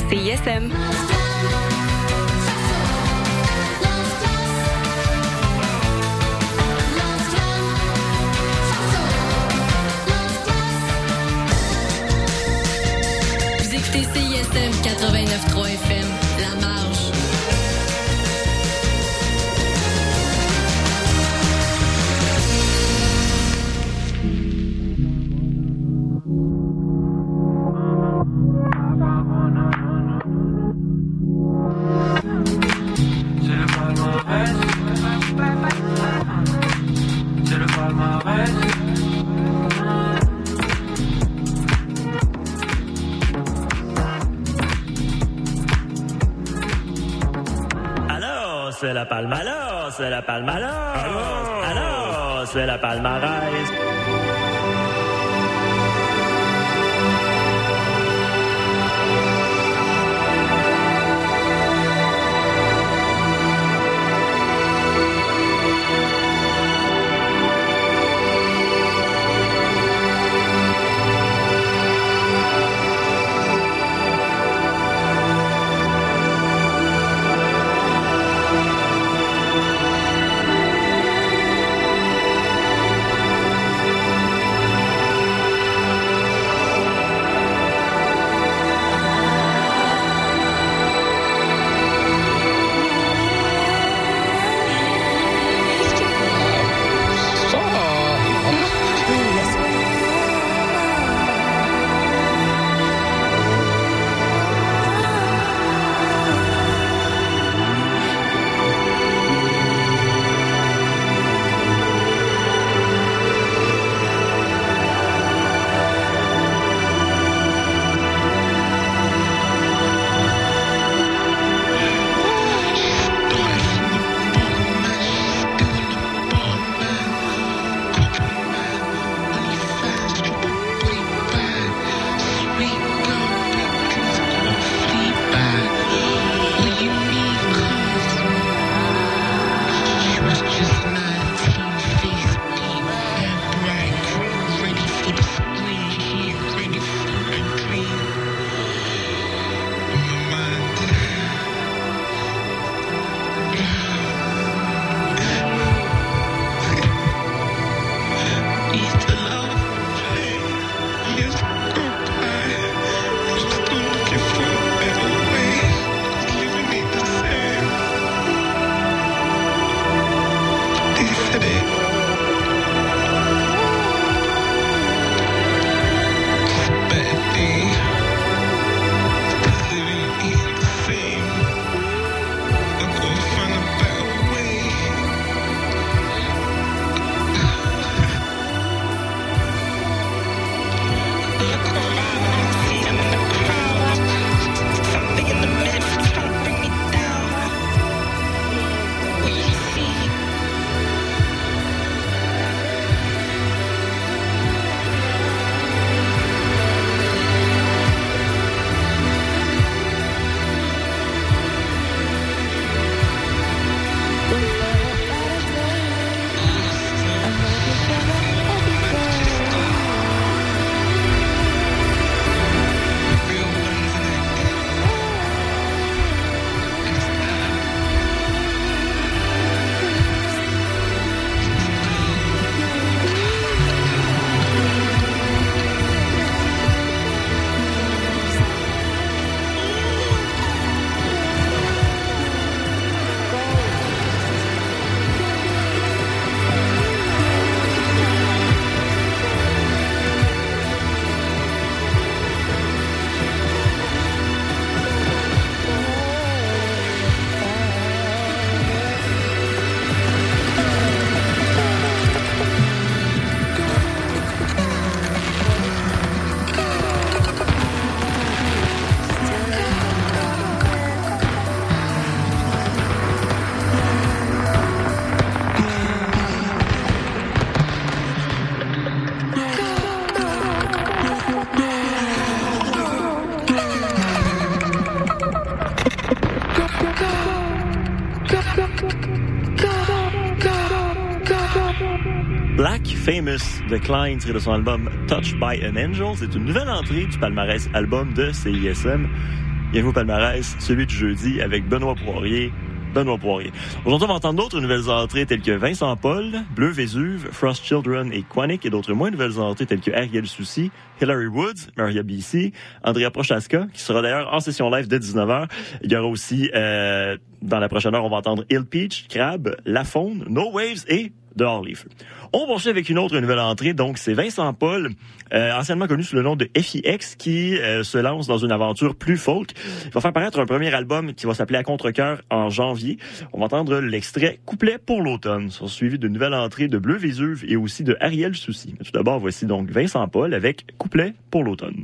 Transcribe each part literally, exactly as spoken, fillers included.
C I S M. Vous écoutez C I S M quatre-vingt-neuf trois F M, La Marge. C'est la palmarès, c'est la palmarès. Alors, alors, c'est la palmarès. Black Famous de Klein, tiré de son album Touched by an Angel. C'est une nouvelle entrée du palmarès album de C I S M. Bienvenue au palmarès, celui du jeudi avec Benoît Poirier. Benoît Poirier. Aujourd'hui, on va entendre d'autres nouvelles entrées telles que Vincent Paul, Bleu Vésuve, Frost Children et Quanic, et d'autres moins nouvelles entrées telles que Ariel Soucy, Hillary Woods, Maria B C, Andrea Prochaska, qui sera d'ailleurs en session live dès dix-neuf heures. Il y aura aussi, euh, dans la prochaine heure, on va entendre Ill Peach, Crab, La Faune, No Waves et The Orleaf. On poursuit avec une autre nouvelle entrée, donc c'est Vincent Paul, euh, anciennement connu sous le nom de F I X, qui euh, se lance dans une aventure plus folk. Il va faire paraître un premier album qui va s'appeler À Contre-Cœur en janvier. On va entendre l'extrait Couplet pour l'automne, suivi d'une nouvelle entrée de Bleu Vésuve et aussi de Ariel Soucy. Mais tout d'abord, voici donc Vincent Paul avec Couplet pour l'automne.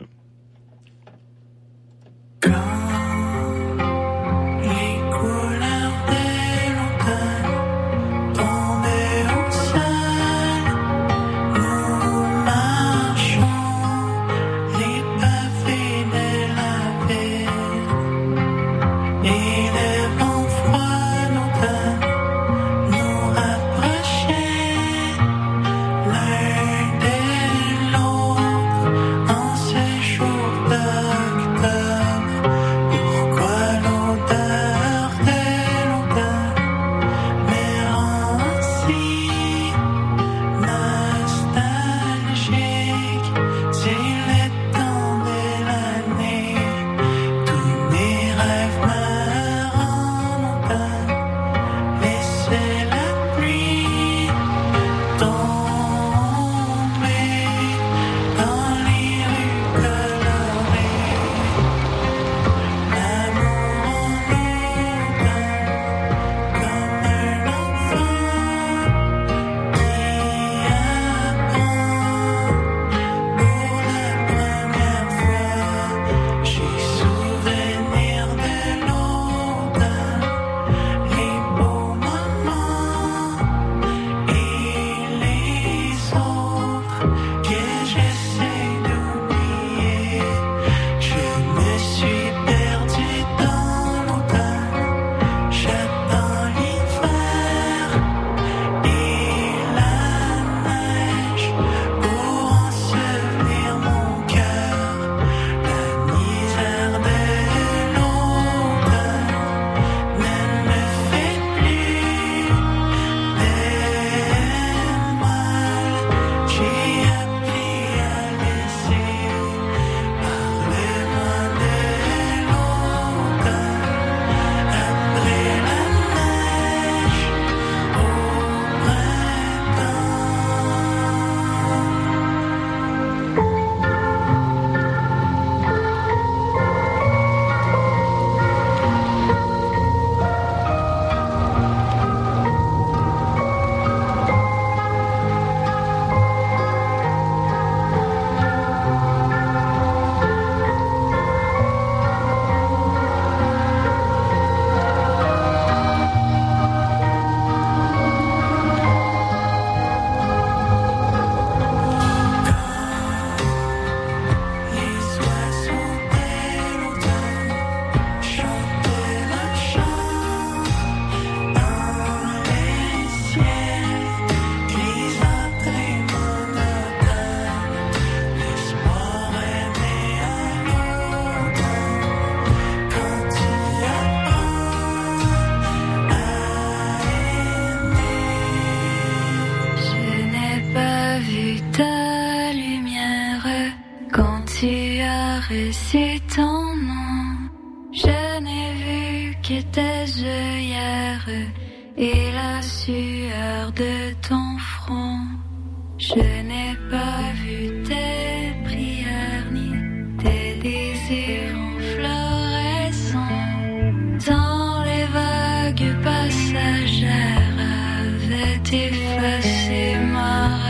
C'est ton nom, je n'ai vu que tes œillères et la sueur de ton front. Je n'ai pas vu tes prières ni tes désirs en floraison. Tant les vagues passagères avaient effacé ma raison.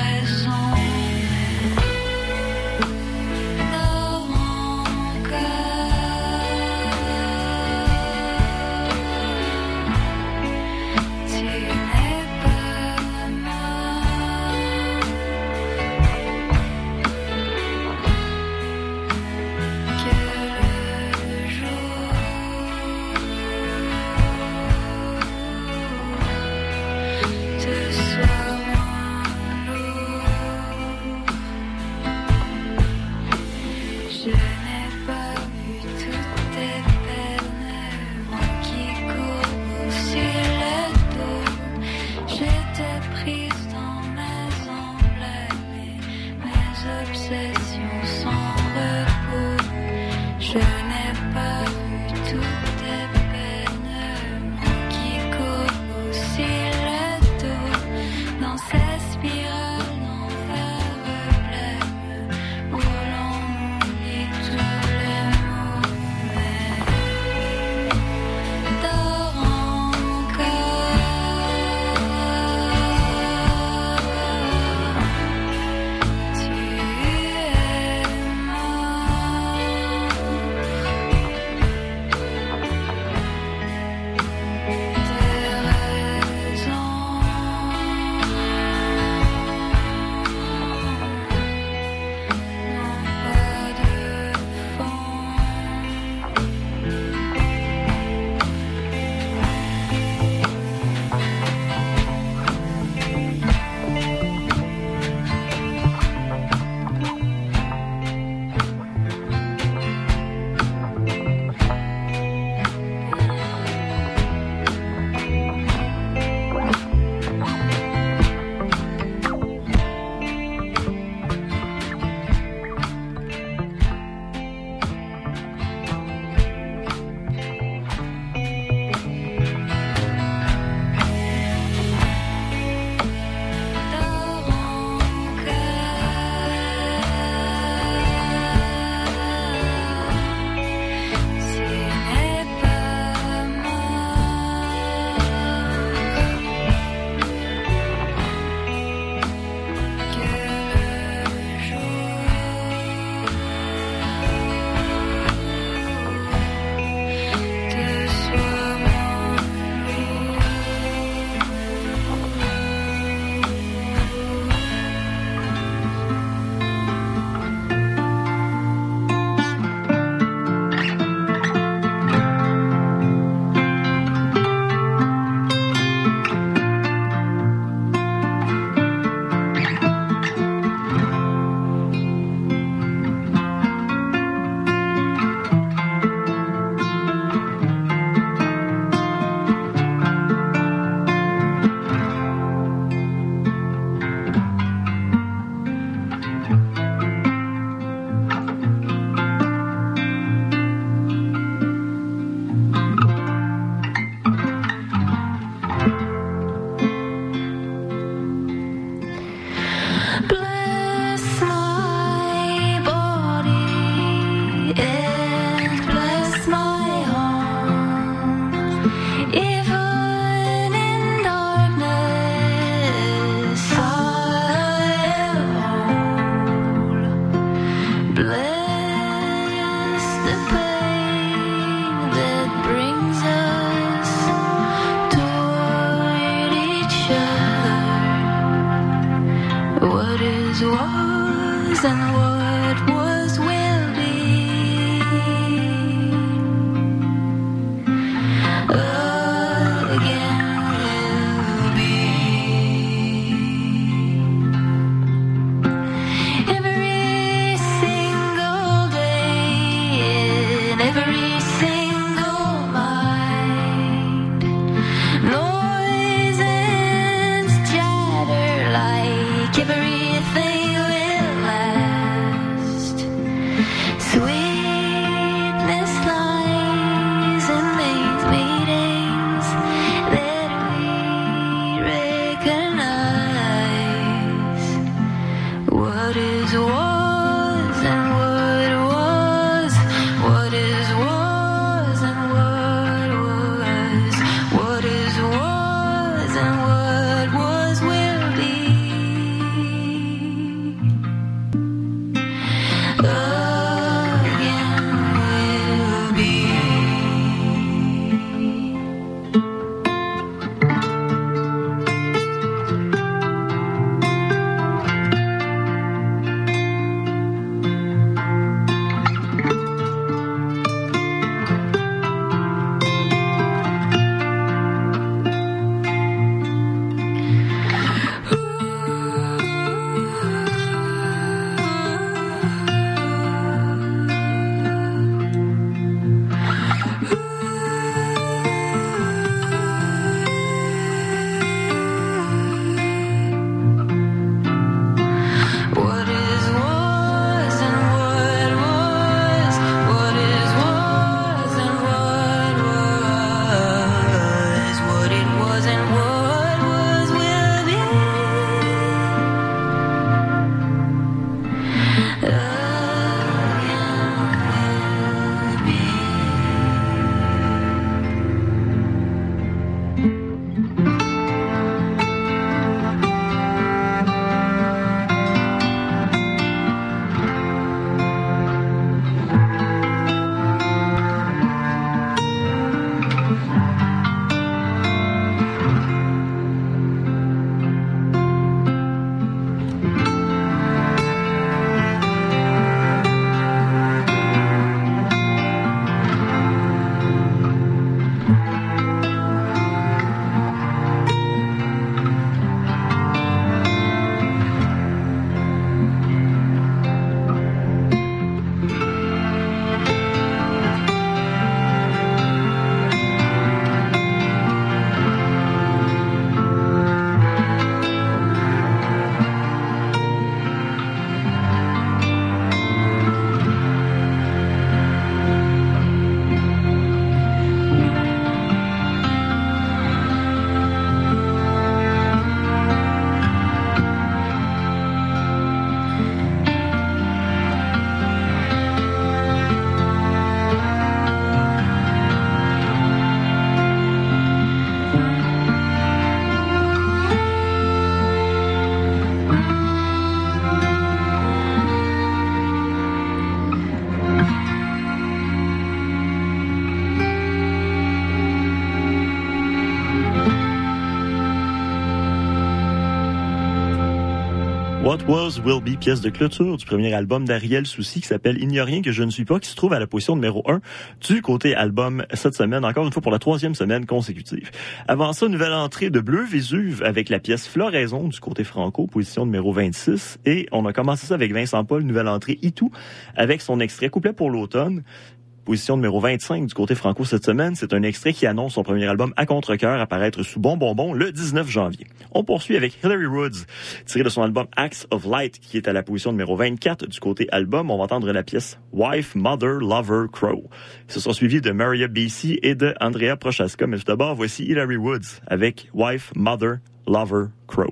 What Was Will Be, pièce de clôture du premier album d'Ariel Soucy qui s'appelle Il n'y a rien que je ne suis pas, qui se trouve à la position numéro un du côté album cette semaine, encore une fois pour la troisième semaine consécutive. Avant ça, nouvelle entrée de Bleu Vésuve avec la pièce Floraison du côté franco, position numéro vingt-six. Et on a commencé ça avec Vincent Paul, nouvelle entrée Itou, avec son extrait Couplet pour l'automne. Position numéro vingt-cinq du côté franco cette semaine. C'est un extrait qui annonce son premier album à contre-cœur apparaître sous Bon Bonbon le dix-neuf janvier. On poursuit avec Hillary Woods, tiré de son album Acts of Light, qui est à la position numéro vingt-quatre du côté album. On va entendre la pièce Wife, Mother, Lover, Crow. Ce sera suivi de Maria B C et de Andrea Prochaska. Mais tout d'abord, voici Hillary Woods avec Wife, Mother, Lover, Crow.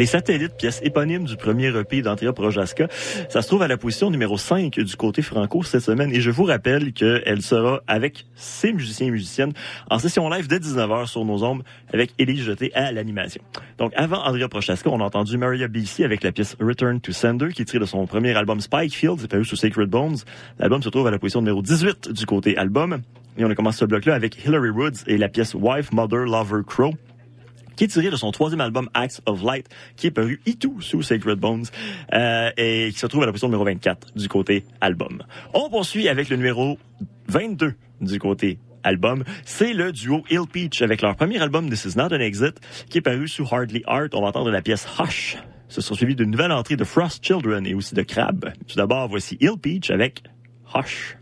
Les Satellites, pièce éponyme du premier E P d'Andrea Prochaska. Ça se trouve à la position numéro cinq du côté franco cette semaine. Et je vous rappelle qu'elle sera avec ses musiciens et musiciennes en session live dès dix-neuf heures sur nos ondes avec Élise Jeté à l'animation. Donc, avant Andrea Prochaska, on a entendu Maria B C avec la pièce Return to Sender, qui est tirée de son premier album Spikefield, c'est paru sous Sacred Bones. L'album se trouve à la position numéro dix-huit du côté album. Et on a commencé ce bloc-là avec Hillary Woods et la pièce Wife, Mother, Lover, Crow, qui est tiré de son troisième album Acts of Light, qui est paru itou sous Sacred Bones, euh, et qui se trouve à la position numéro vingt-quatre du côté album. On poursuit avec le numéro vingt-deux du côté album. C'est le duo Ill Peach avec leur premier album This Is Not an Exit, qui est paru sous Hardly Art. On va entendre la pièce Hush. Ce sera suivi d'une nouvelle entrée de Frost Children et aussi de Crab. Tout d'abord, voici Ill Peach avec Hush.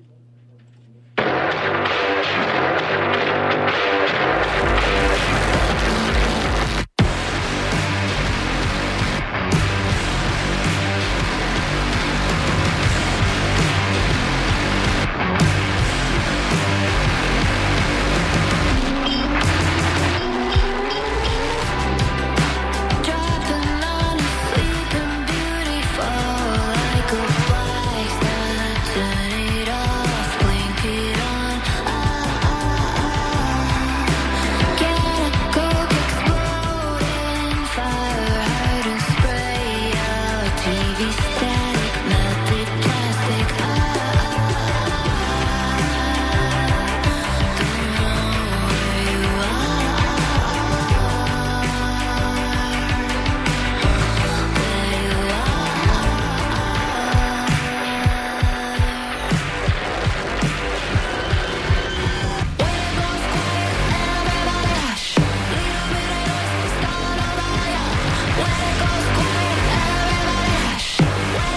When it goes quiet, everybody hush.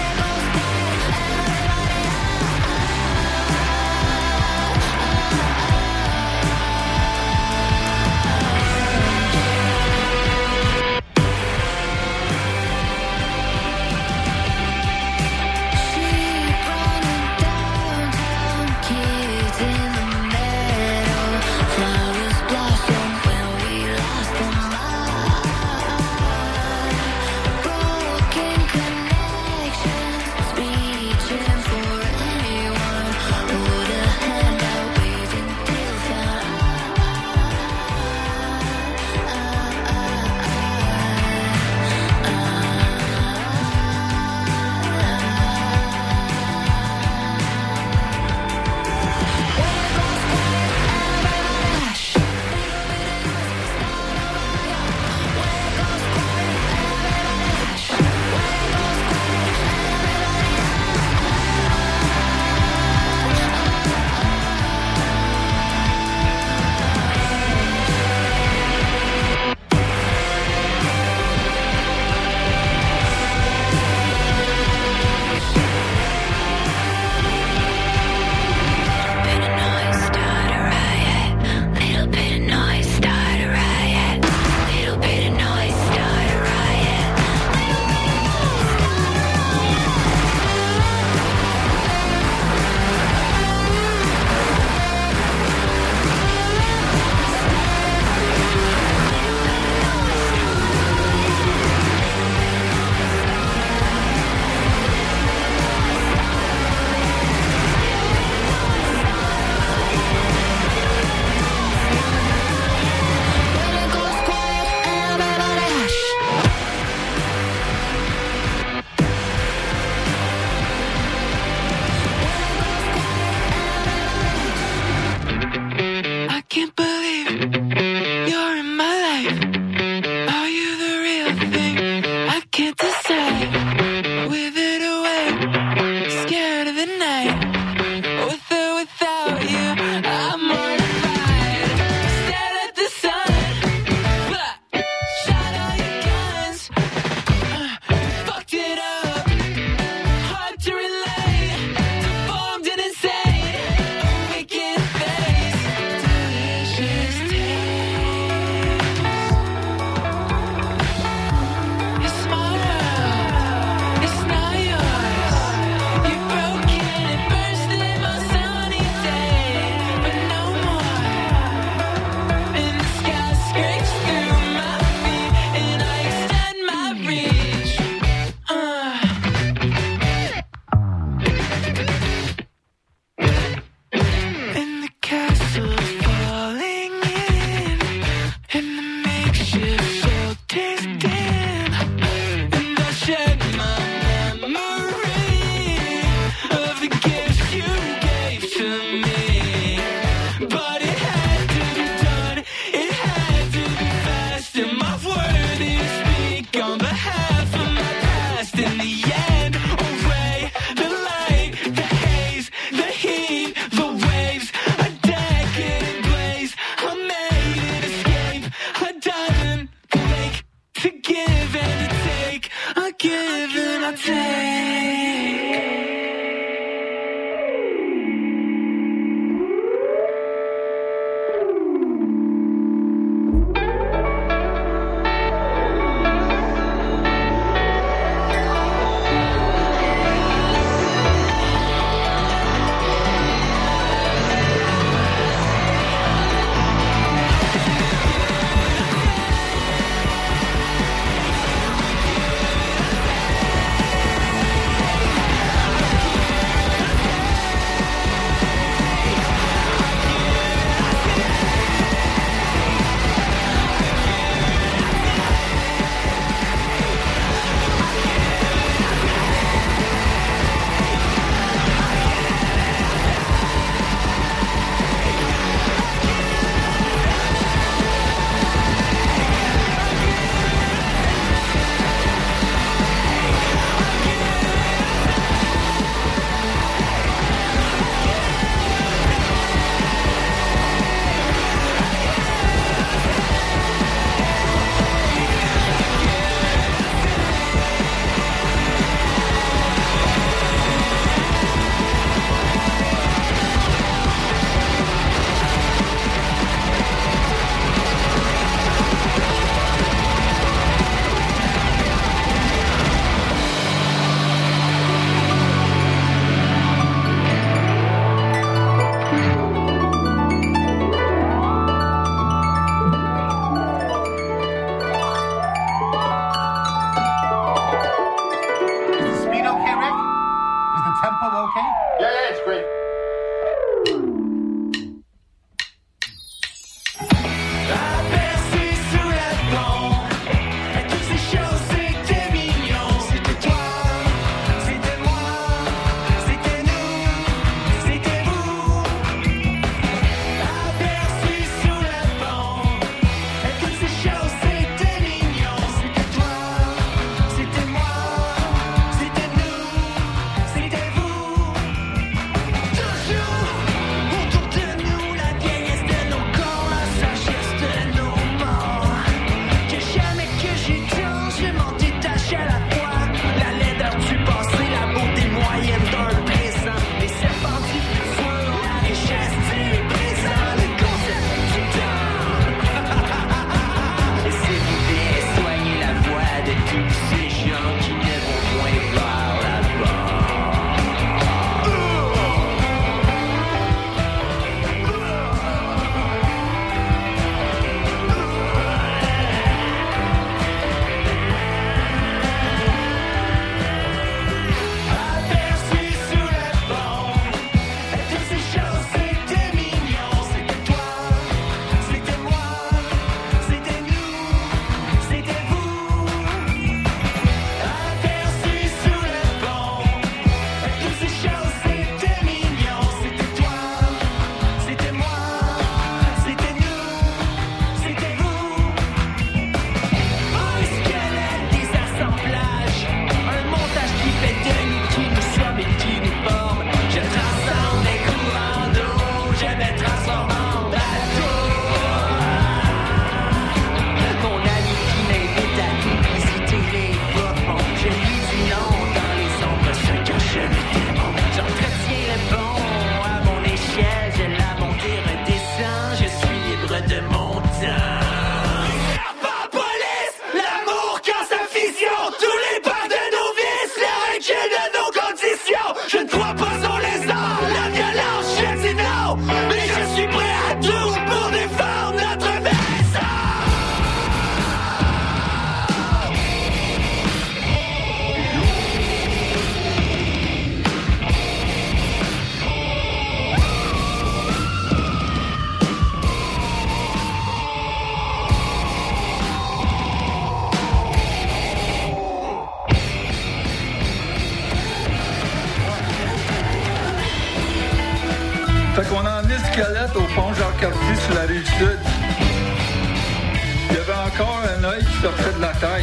Fait qu'on a emmené le squelette au pont Jacques-Cartier sur la rive sud. Il y avait encore un œil qui sortait de la tête.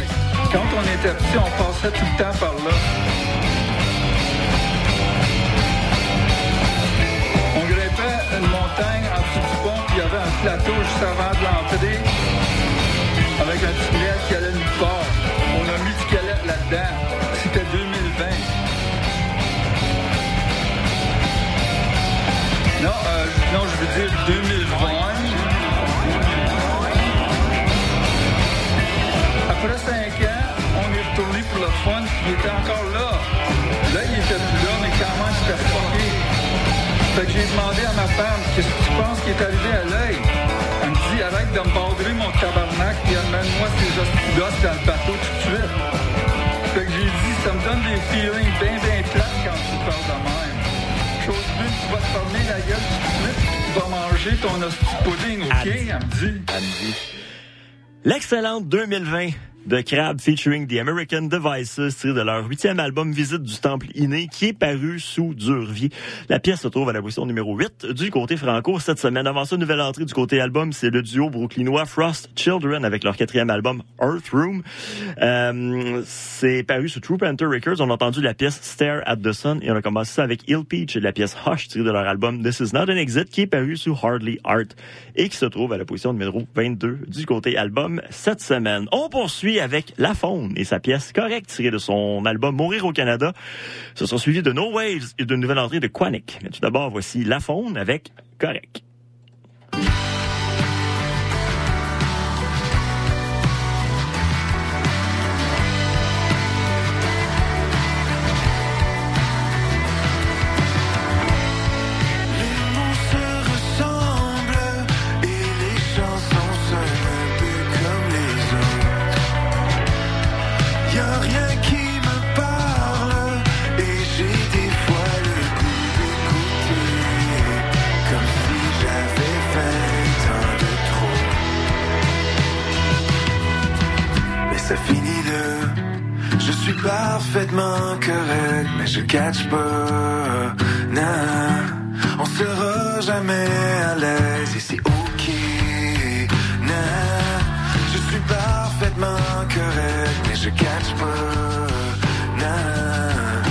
Quand on était petit, on passait tout le temps par là. On grimpait une montagne en dessous du pont, puis il y avait un plateau juste avant de l'entrée, avec un tunnel qui allait nulle part. On a mis du squelette là-dedans. C'était deux mille vingt. Non, euh, non, je veux dire deux mille vingt. Après cinq ans, on est retourné pour le fun, puis il était encore là. Là, il était plus là, mais quand même, c'était fucké. Fait que j'ai demandé à ma femme, qu'est-ce que tu penses qui est arrivé à l'œil? Elle me dit, arrête de me bordrer mon tabarnak, puis amène-moi ces hosties d'os dans le bateau tout de suite. Fait que j'ai dit, ça me donne des feelings bien, bien plates quand tu parles de même. Chose d'une, tu vas te fermer la gueule tout de suite, tu vas manger ton hostie pudding, OK? Elle me dit. Elle me dit. L'excellente deux mille vingt de Crab featuring The American Devices, tiré de leur huitième album Visite du Temple Inné, qui est paru sous Durvie. La pièce se trouve à la position numéro huit du côté franco cette semaine. Avant ça, nouvelle entrée du côté album, c'est le duo brooklynois Frost Children avec leur quatrième album Earth Room. Euh, c'est paru sous True Panther Records. On a entendu la pièce Stare at the Sun et on a commencé ça avec Ill Peach et la pièce Hush, tirée de leur album This Is Not an Exit, qui est paru sous Hardly Art et qui se trouve à la position numéro vingt-deux du côté album cette semaine. On poursuit avec La Faune et sa pièce Correct, tirée de son album Mourir au Canada. Ce sera suivi de No Waves et d'une nouvelle entrée de Quanic. Mais tout d'abord, voici La Faune avec Correct. Ça finit là, je suis parfaitement correct, mais je catch pas, non, on sera jamais à l'aise et c'est ok, non, je suis parfaitement correct, mais je catch pas, non.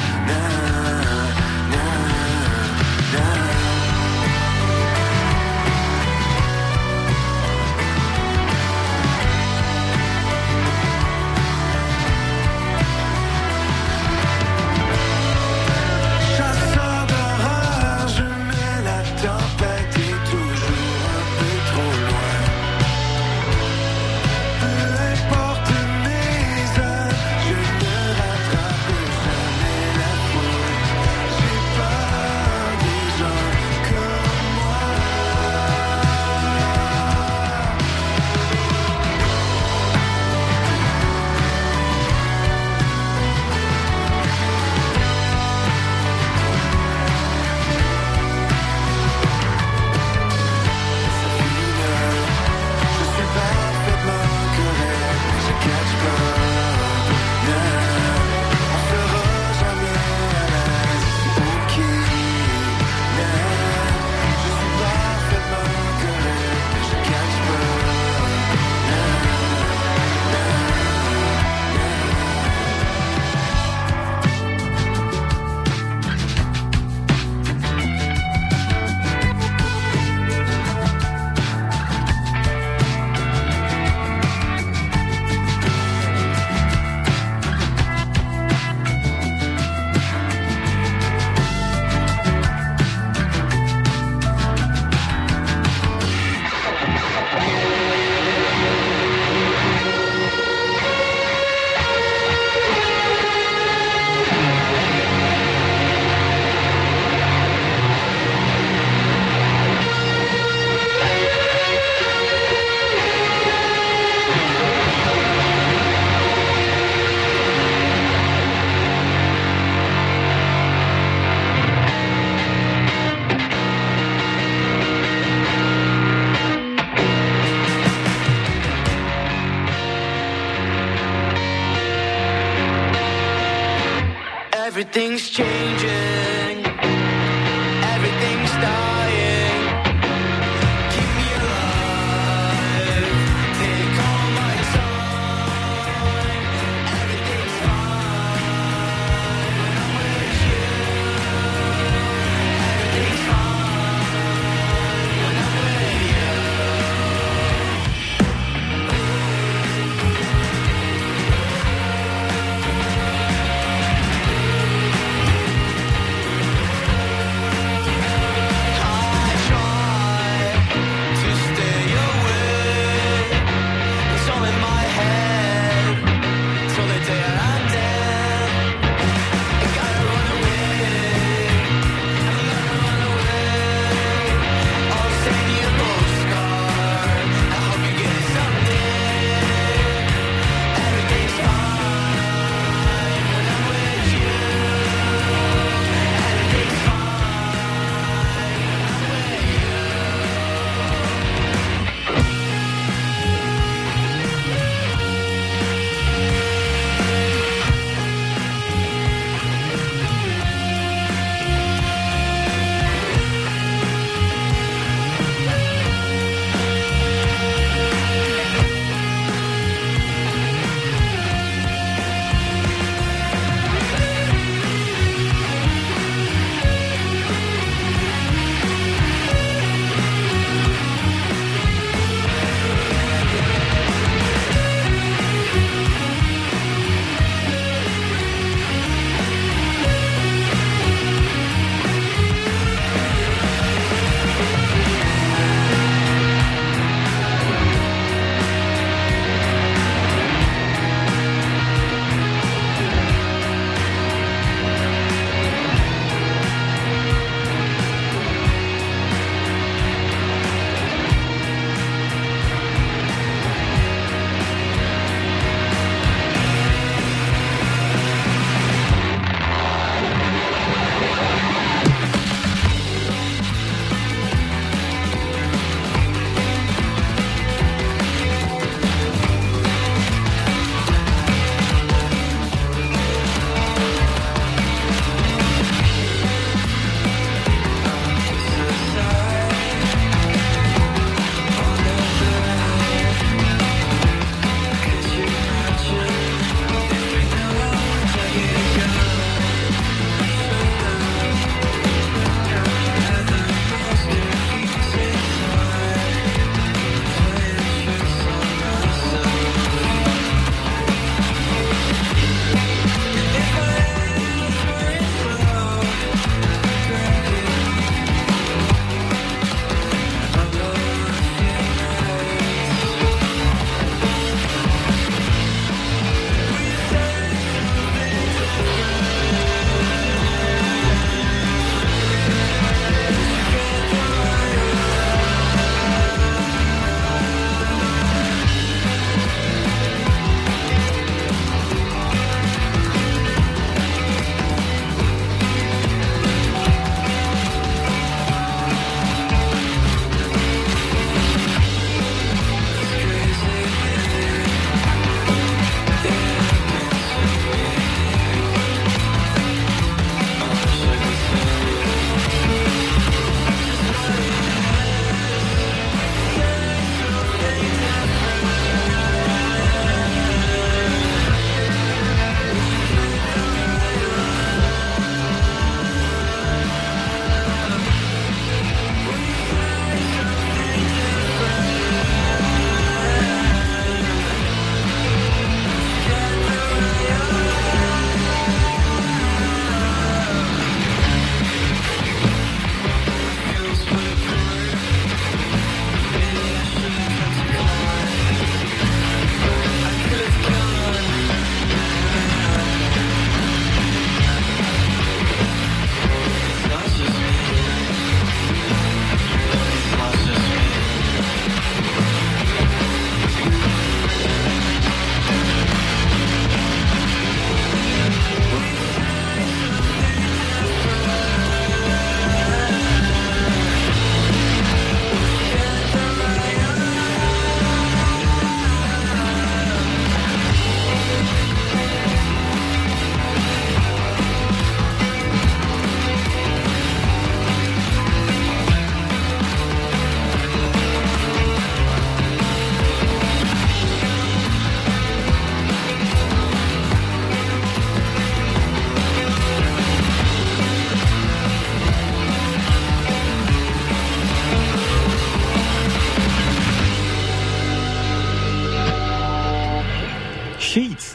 Everything's changing, everything's dying. Keep me alive, take all my time.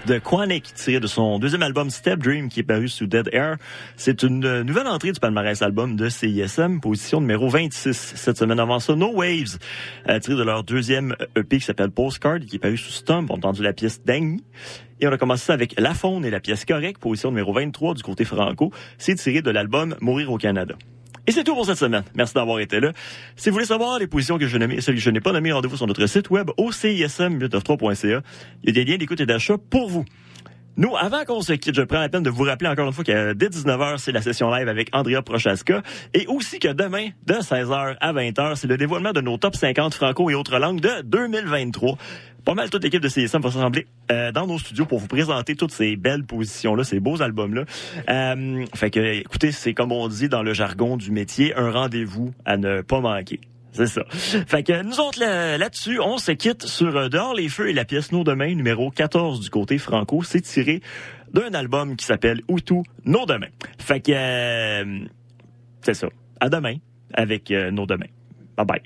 de Quanic, tiré de son deuxième album Step Dream, qui est paru sous Dead Air. C'est une nouvelle entrée du palmarès album de C I S M, position numéro vingt-six. Cette semaine avant ça, No Waves, euh, tiré de leur deuxième E P qui s'appelle Postcard, qui est paru sous Stump. On a entendu la pièce Dagny. Et on a commencé ça avec La Faune et la pièce Correct, position numéro vingt-trois du côté franco. C'est tiré de l'album Mourir au Canada. Et c'est tout pour cette semaine. Merci d'avoir été là. Si vous voulez savoir les positions que je nommais et celles que je n'ai pas nommées, rendez-vous sur notre site web au c i s m huit neuf trois point c a. Il y a des liens d'écoute et d'achat pour vous. Nous, avant qu'on se quitte, je prends la peine de vous rappeler encore une fois que dès dix-neuf heures, c'est la session live avec Andrea Prochaska. Et aussi que demain, de seize heures à vingt heures, c'est le dévoilement de nos top cinquante franco et autres langues de deux mille vingt-trois. Pas mal toute l'équipe de C I S M va s'assembler euh, dans nos studios pour vous présenter toutes ces belles positions-là, ces beaux albums-là. Euh, fait que, écoutez, c'est comme on dit dans le jargon du métier, un rendez-vous à ne pas manquer. C'est ça. Fait que nous autres, là, là-dessus, on se quitte sur euh, Dehors les feux et la pièce Nos Demain, numéro quatorze du côté franco. C'est tiré d'un album qui s'appelle Hutu, Nos Demain. Fait que, euh, c'est ça. À demain avec euh, Nos Demain. Bye bye.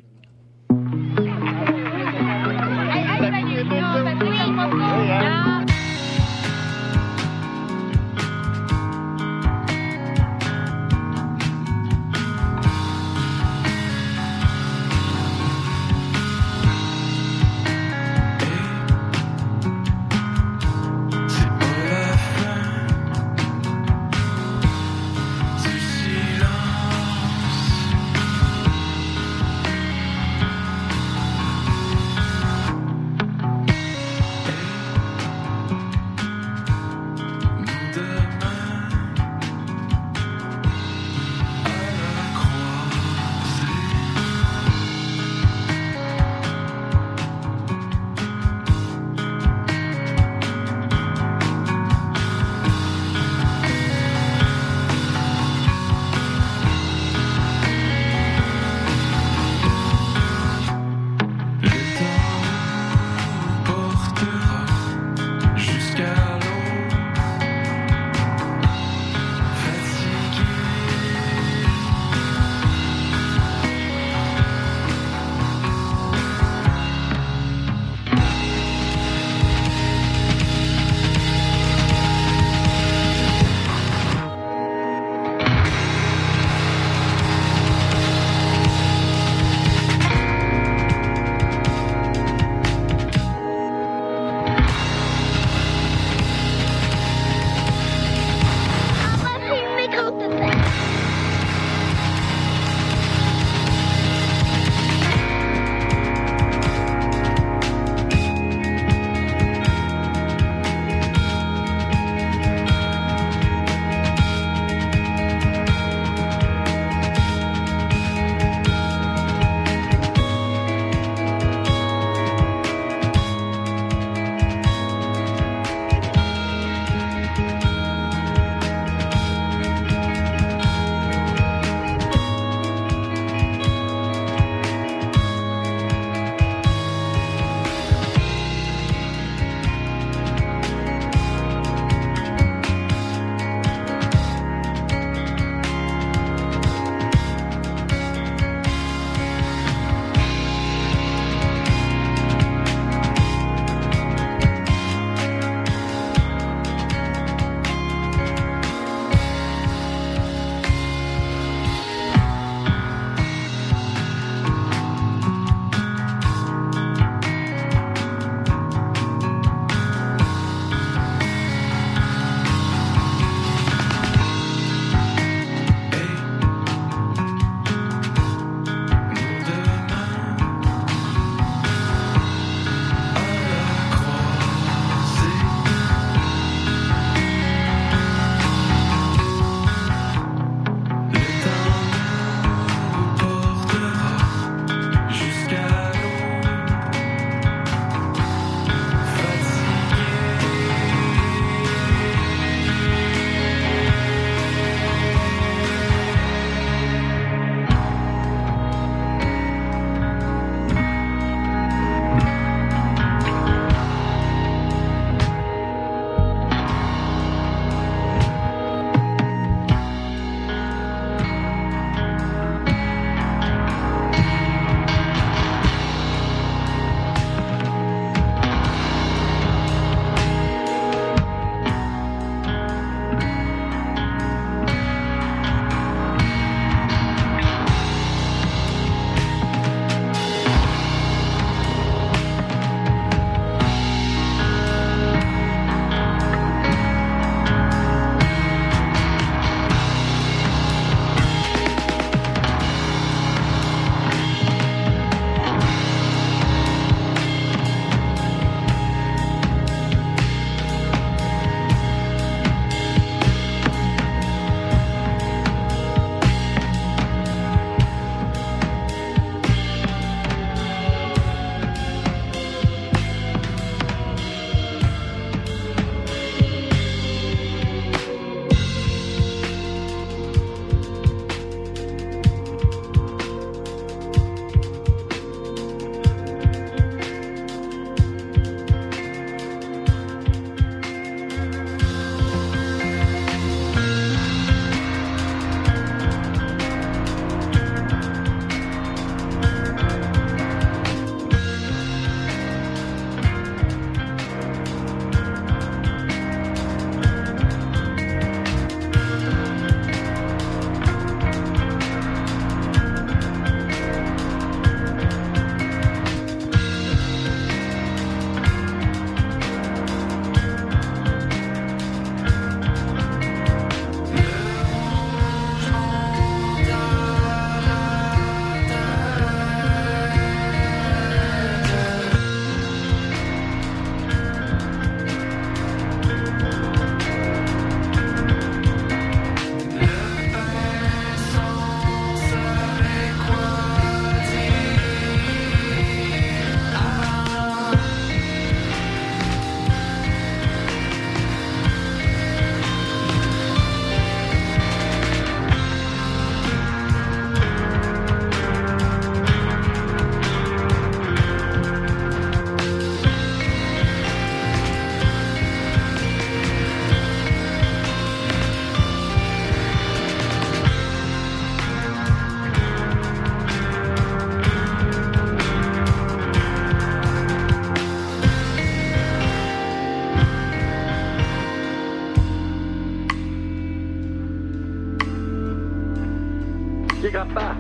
Dégrappe pas.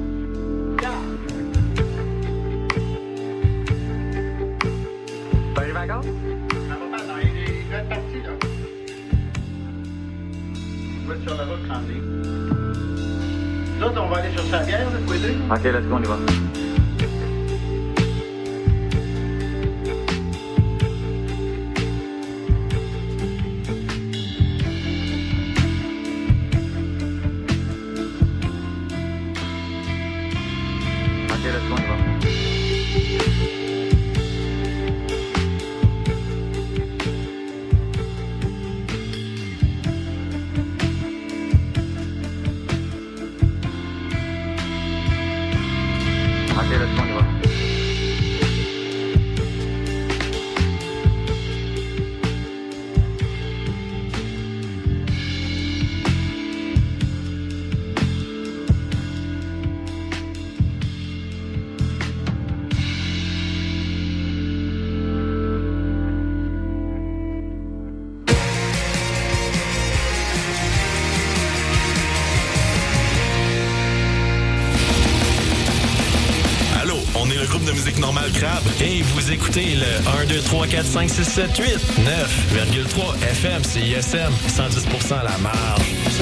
T'as les vacances? Ça va pas dans les grandes parties, là. On va être sur la route trente. Nous autres, on va aller sur sa bière, là, tous les deux. Ok, let's go, on y va. Ok, let's go, on y va. Ok, let's go, on y va. On est le groupe de musique normale Crabe et vous écoutez le un, deux, trois, quatre, cinq, six, sept, huit, neuf virgule trois F M, C I S M, cent dix pour cent la marge.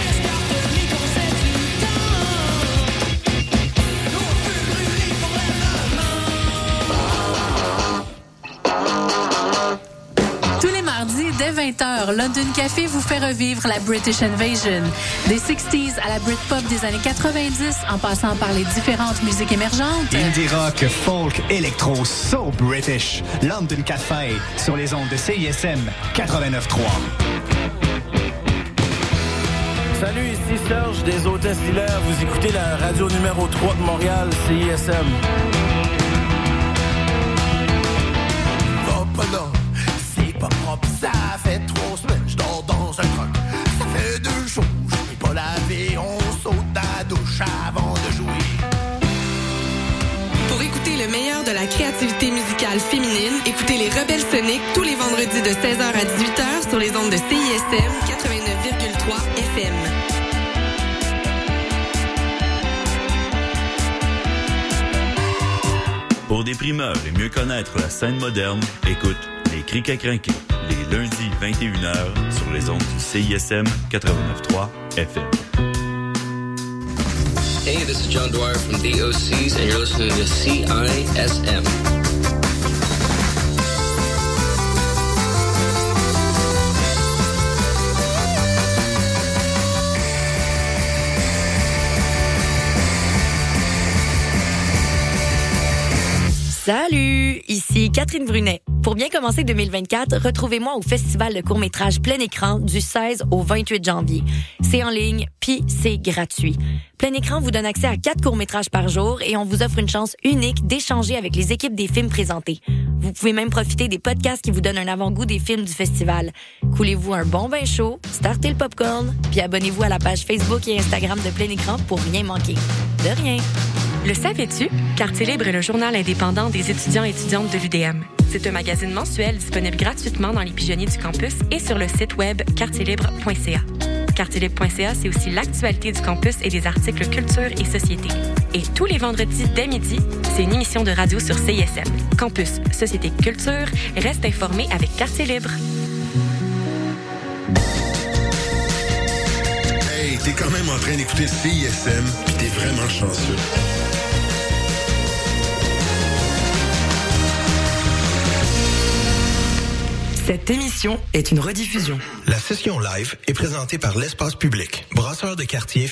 Tous les mardis, dès vingt heures, London Café vous fait revivre la British Invasion. Des sixties à la Britpop des années quatre-vingt-dix, en passant par les différentes musiques émergentes. Indie rock, folk, électro, so British. London Café, sur les ondes de C I S M quatre-vingt-neuf trois. Salut, ici Serge des Hôtesses Hilaire. Vous écoutez la radio numéro trois de Montréal, C I S M. Oh, pas non. Pas propre, ça fait trois semaines, je dors dans un truck. Ça fait deux jours, je n'ai pas lavé, on saute dans la douche avant de jouer. Pour écouter le meilleur de la créativité musicale féminine, écoutez les Rebelles Soniques tous les vendredis de seize heures à dix-huit heures sur les ondes de C I S M quatre-vingt-neuf virgule trois F M. Pour des primeurs et mieux connaître la scène moderne, écoute Les Crics à crinquer, les lundis vingt et une heures sur les ondes du C I S M quatre-vingt-neuf trois F M. Hey, this is John Dwyer from D O Cs and you're listening to C I S M. Salut, ici Catherine Brunet. Pour bien commencer deux mille vingt-quatre, retrouvez-moi au Festival de court-métrage plein écran du seize au vingt-huit janvier. C'est en ligne, puis c'est gratuit. Plein écran vous donne accès à quatre courts-métrages par jour et on vous offre une chance unique d'échanger avec les équipes des films présentés. Vous pouvez même profiter des podcasts qui vous donnent un avant-goût des films du festival. Coulez-vous un bon bain chaud, startez le popcorn, puis abonnez-vous à la page Facebook et Instagram de Plein écran pour rien manquer. De rien. Le savais-tu? Quartier Libre est le journal indépendant des étudiants et étudiantes de l'U D M. C'est un magazine mensuel disponible gratuitement dans les pigeonniers du campus et sur le site web quartier libre point c a. quartier libre point c a, c'est aussi l'actualité du campus et des articles culture et société. Et tous les vendredis dès midi, c'est une émission de radio sur C I S M. Campus, société, culture, reste informé avec Quartier Libre. Hey, t'es quand même en train d'écouter C I S M, pis t'es vraiment chanceux. Cette émission est une rediffusion. La session live est présentée par l'Espace Public, brasseur de quartier